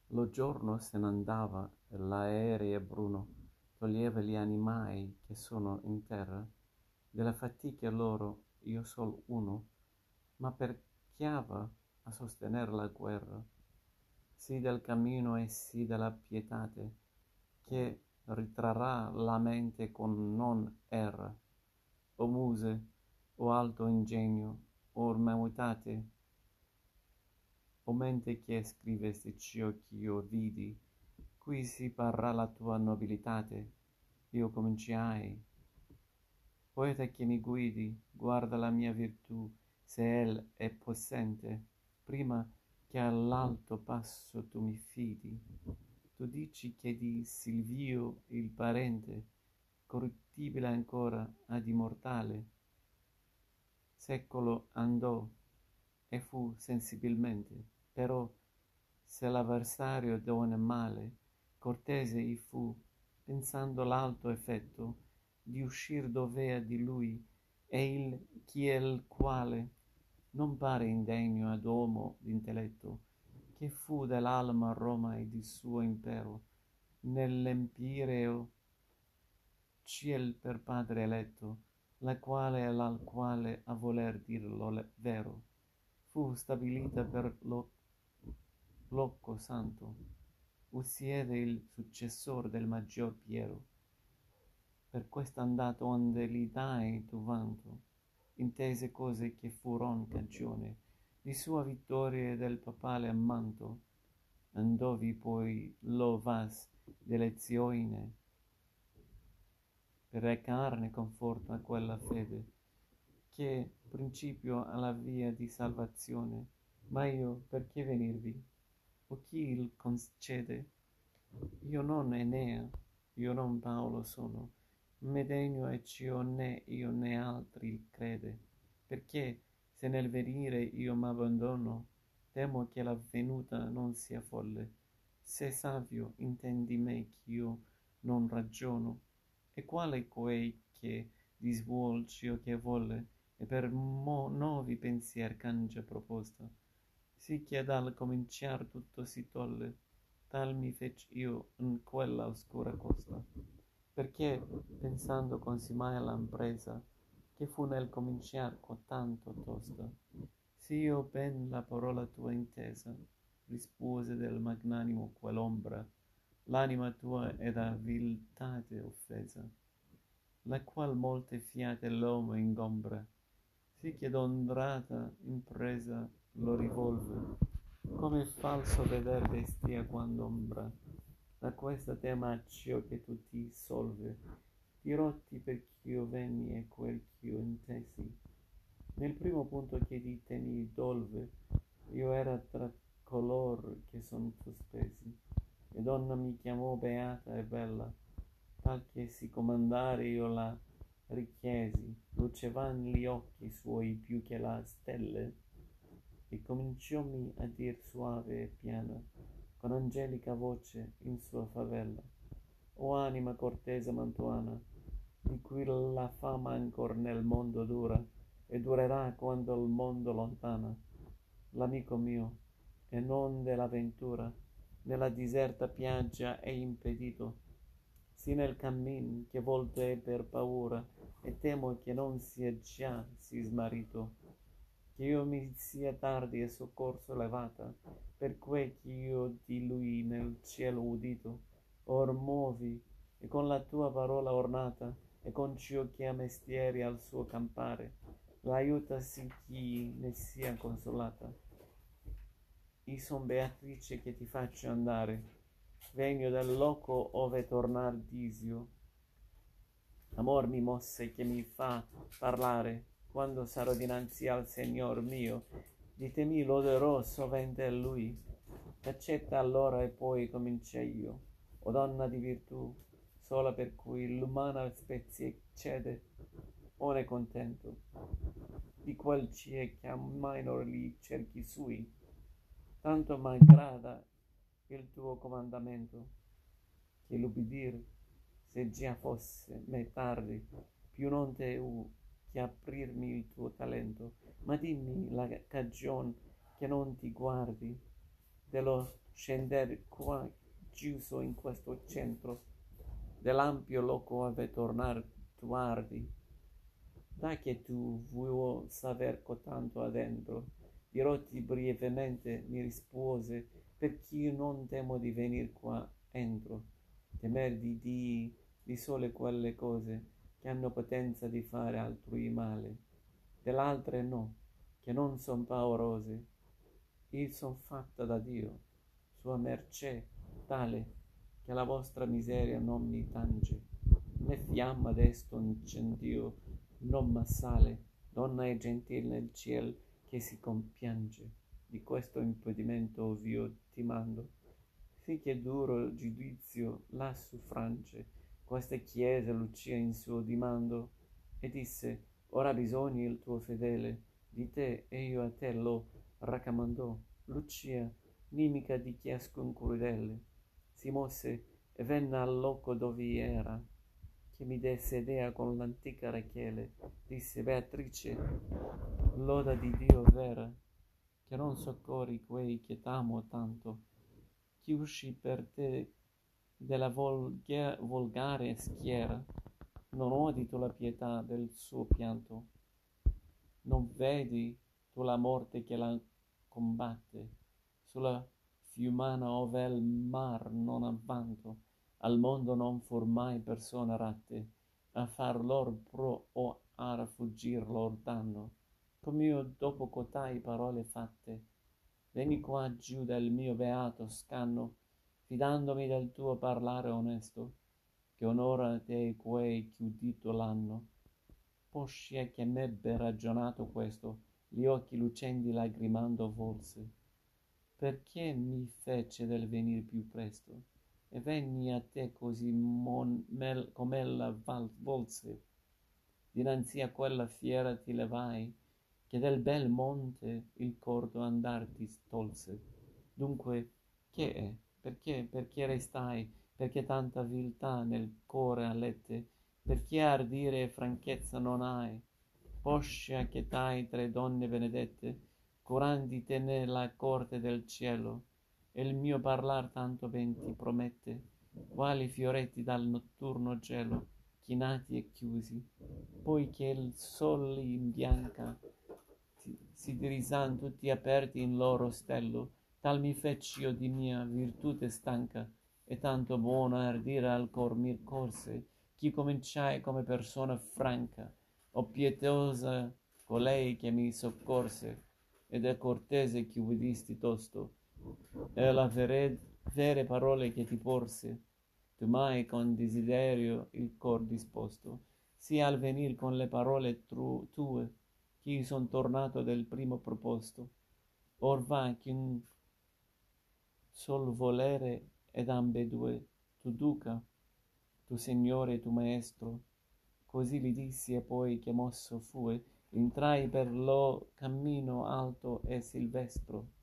Lo giorno se n'andava e l'aereo bruno toglieva gli animai che sono in terra. Della fatica loro io sol uno, ma per chiava a sostener la guerra, sì del cammino e sì della pietate, che ritrarrà la mente con non erra. O muse, o alto ingegno, or mutate, o mente che scrivesti ciò ch'io vidi, qui si parrà la tua nobilitate. Io cominciai. Poeta che mi guidi, guarda la mia virtù, se el è possente, prima che all'alto passo tu mi fidi. Tu dici che di Silvio il parente, corruttibile ancora ad immortale, secolo andò e fu sensibilmente, però se l'avversario d'one male, cortese i fu, pensando l'alto effetto, di uscir dovea di lui, e il chi è il quale non pare indegno ad uomo d'intelletto, che fu dell'alma Roma e di suo impero, nell'empireo ciel per padre eletto, la quale e l'al quale a voler dir lo vero, fu stabilita per loco santo, ussiede il successor del maggior Piero. Per quest'andato onde li dai tu vanto, intese cose che furon cagione di sua vittoria e del papale manto, andovi poi lo vas d'elezione per recarne conforto a quella fede che principio alla via di salvazione. Ma io perché venirvi? O chi il concede? Io non Enea, io non Paolo sono, me degno e cio né io né altri il crede, perché se nel venire io m'abbandono, temo che la venuta non sia folle. Se savio intendi me ch'io non ragiono, e quale quei che disvuol ciò che volle, e per novi pensier cangia proposta, sì che dal cominciar tutto si tolle, tal mi fec io in quella oscura costa, perché pensando consimai all'impresa, che fu nel cominciar cotanto tosta, sì io ben la parola tua intesa, rispose del magnanimo quell'ombra, l'anima tua è da viltate offesa, la qual molte fiate l'uomo ingombra, sì che d'ondrata impresa lo rivolve, come falso veder destia quand'ombra. Da questa tema accio che tu ti solve, dirotti per ch'io venni e quel ch'io intesi. Nel primo punto che di te mi dolve, io era tra color che son sospesi, e donna mi chiamò beata e bella, tal che si comandare io la richiesi, lucevan gli occhi suoi più che la stelle, e cominciommi a dir suave e piana, con angelica voce in sua favella: o anima cortese mantuana, di cui la fama ancor nel mondo dura, e durerà quando il mondo lontana, l'amico mio, e non della ventura, nella diserta piaggia è impedito, sì nel cammin che volto è per paura, e temo che non sia già sì smarrito, che io mi sia tardi e soccorso levata, per quei ch'io di lui nel cielo udito. Or movi, e con la tua parola ornata, e con ciò che a mestieri al suo campare, l'aiuta sì chi ne sia consolata. I son Beatrice che ti faccio andare, vegno dal loco ove tornar disio. Amor mi mosse che mi fa parlare, quando sarò dinanzi al Signor mio, di te mi loderò sovente a Lui. Accetta allora e poi comincia io, o donna di virtù, sola per cui l'umana spezie cede, o ne contento, di quel cie che a minor li cerchi sui, tanto m'aggrada il tuo comandamento, che l'ubbidir, se già fosse me tardi, più non te che aprirmi il tuo talento, ma dimmi la cagion che non ti guardi dello scender qua chiuso in questo centro dell'ampio loco ave tornar tu ardi. Da che tu vuoi saber cotanto adentro, dirotti brevemente mi rispose, perch'io non temo di venir qua entro, temer di sole quelle cose che hanno potenza di fare altrui male, dell'altre no, che non son paurose. Io son fatta da Dio, sua mercè tale che la vostra miseria non mi tange, né fiamma desto incendio non m'assale, donna e gentil nel ciel che si compiange di questo impedimento ov'io ti mando, sì che duro giudizio lassù france questa chiesa lucia in suo dimando, e disse: ora bisogna il tuo fedele di te, e io a te lo raccomandò. Lucia, nimica di chiascun crudele, si mosse e venne al loco dove era, che mi desse dea con l'antica Rachele. Disse: Beatrice, loda di Dio vera, che non soccorri quei che t'amo tanto, chi uscì per te della volgare schiera. Non odi tu la pietà del suo pianto, non vedi tu la morte che la combatte, sulla fiumana ove il mar non avvanto, al mondo non fur mai persone ratte, a far lor pro o a fuggir lor danno. Com'io dopo cotai parole fatte, venni qua giù dal mio beato scanno, fidandomi del tuo parlare onesto, che onora te quei chiudito l'anno. Poscia che m'ebbe ragionato questo, gli occhi lucenti lagrimando volse, perché mi fece del venir più presto, e venni a te così com'ella volse. Dinanzi a quella fiera ti levai, che del bel monte il cordo andar ti tolse. Dunque, che è? Perché restai? Perché tanta viltà nel core allette? Perché ardire e franchezza non hai? Poscia che tai tra donne benedette, curanti te nella corte del cielo, e il mio parlar tanto ben ti promette, quali fioretti dal notturno gelo, chinati e chiusi, poi che il sol li imbianca, si dirisan tutti aperti in loro stello, tal mi fec'io di mia virtute stanca, e tanto buono ardire al cor mi corse, ch'io cominciai come persona franca, o pietosa colei che mi soccorse, ed è cortese ch'io udisti tosto, e la vere parole che ti porse, tu mai con desiderio il cor disposto, sia al venir con le parole tue, ch'io son tornato del primo proposto. Or va che un sol volere ed ambedue tu duca, tu signore e tu maestro. Così li dissi, e poi che mosso fue, intrai per lo cammino alto e silvestro,